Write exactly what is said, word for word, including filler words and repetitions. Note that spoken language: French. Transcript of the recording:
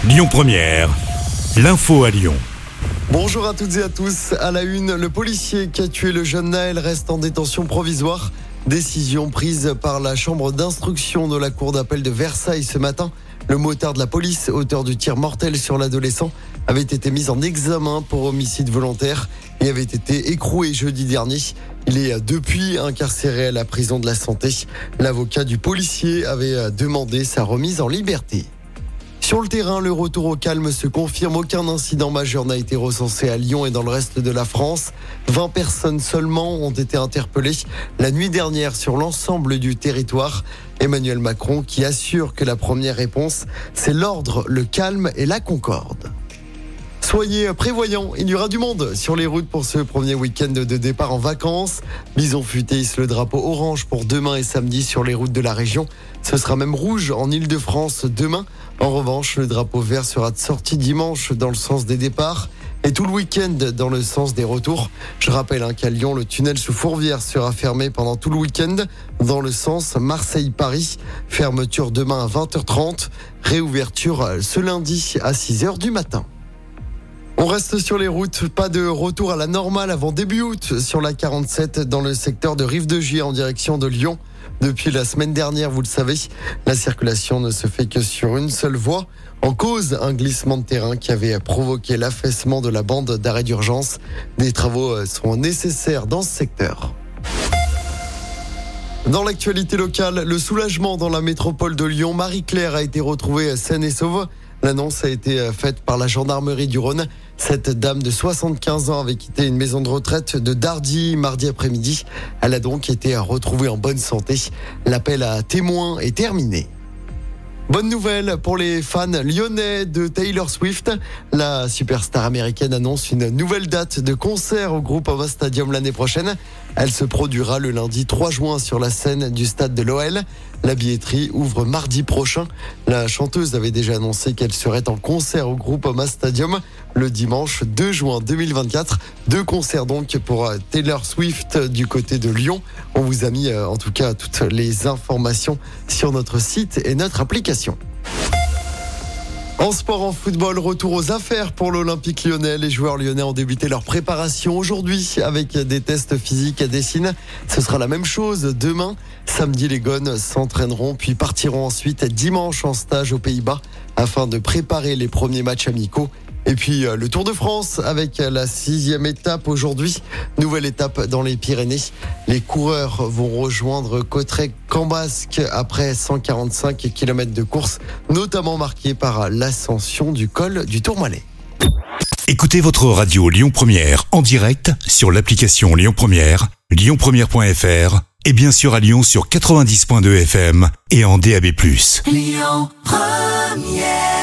Lyon Première, l'info à Lyon. Bonjour à toutes et à tous. À la une, le policier qui a tué le jeune Naël reste en détention provisoire. Décision prise par la chambre d'instruction de la cour d'appel de Versailles ce matin. Le motard de la police, auteur du tir mortel sur l'adolescent, avait été mis en examen pour homicide volontaire et avait été écroué jeudi dernier. Il est depuis incarcéré à la prison de la Santé. L'avocat du policier avait demandé sa remise en liberté. Sur le terrain, le retour au calme se confirme. Aucun incident majeur n'a été recensé à Lyon et dans le reste de la France. vingt personnes seulement ont été interpellées la nuit dernière sur l'ensemble du territoire. Emmanuel Macron qui assure que la première réponse, c'est l'ordre, le calme et la concorde. Soyez prévoyants, il y aura du monde sur les routes pour ce premier week-end de départ en vacances. Bison Futé hisse le drapeau orange pour demain et samedi sur les routes de la région. Ce sera même rouge en Ile-de-France demain. En revanche, le drapeau vert sera de sortie dimanche dans le sens des départs et tout le week-end dans le sens des retours. Je rappelle hein, qu'à Lyon, le tunnel sous Fourvière sera fermé pendant tout le week-end dans le sens Marseille-Paris. Fermeture demain à vingt heures trente, réouverture ce lundi à six heures du matin. On reste sur les routes, pas de retour à la normale avant début août sur la quarante-sept dans le secteur de Rive-de-Gier en direction de Lyon. Depuis la semaine dernière, vous le savez, la circulation ne se fait que sur une seule voie. En cause, un glissement de terrain qui avait provoqué l'affaissement de la bande d'arrêt d'urgence. Des travaux sont nécessaires dans ce secteur. Dans l'actualité locale, le soulagement dans la métropole de Lyon. Marie-Claire a été retrouvée saine et sauve. L'annonce a été faite par la gendarmerie du Rhône. Cette dame de soixante-quinze ans avait quitté une maison de retraite de Dardy mardi après-midi. Elle a donc été retrouvée en bonne santé. L'appel à témoins est terminé. Bonne nouvelle pour les fans lyonnais de Taylor Swift. La superstar américaine annonce une nouvelle date de concert au Groupama Stadium l'année prochaine. Elle se produira le lundi trois juin sur la scène du stade de l'O L. La billetterie ouvre mardi prochain. La chanteuse avait déjà annoncé qu'elle serait en concert au Groupama Stadium le dimanche deux juin deux mille vingt-quatre. Deux concerts donc pour Taylor Swift du côté de Lyon. On vous a mis en tout cas toutes les informations sur notre site et notre application. En sport, en football, retour aux affaires pour l'Olympique lyonnais. Les joueurs lyonnais ont débuté leur préparation aujourd'hui avec des tests physiques à Dessines. Ce sera la même chose demain. Samedi, les Gones s'entraîneront puis partiront ensuite dimanche en stage aux Pays-Bas afin de préparer les premiers matchs amicaux. Et puis le Tour de France avec la sixième étape aujourd'hui. Nouvelle étape dans les Pyrénées. Les coureurs vont rejoindre Cauterets-Cambasque après cent quarante-cinq kilomètres de course, notamment marqués par l'ascension du col du Tourmalet. Écoutez votre radio Lyon Première en direct sur l'application Lyon Première, lyon première point f r et bien sûr à Lyon sur quatre-vingt-dix virgule deux F M et en D A B plus. Lyon Première.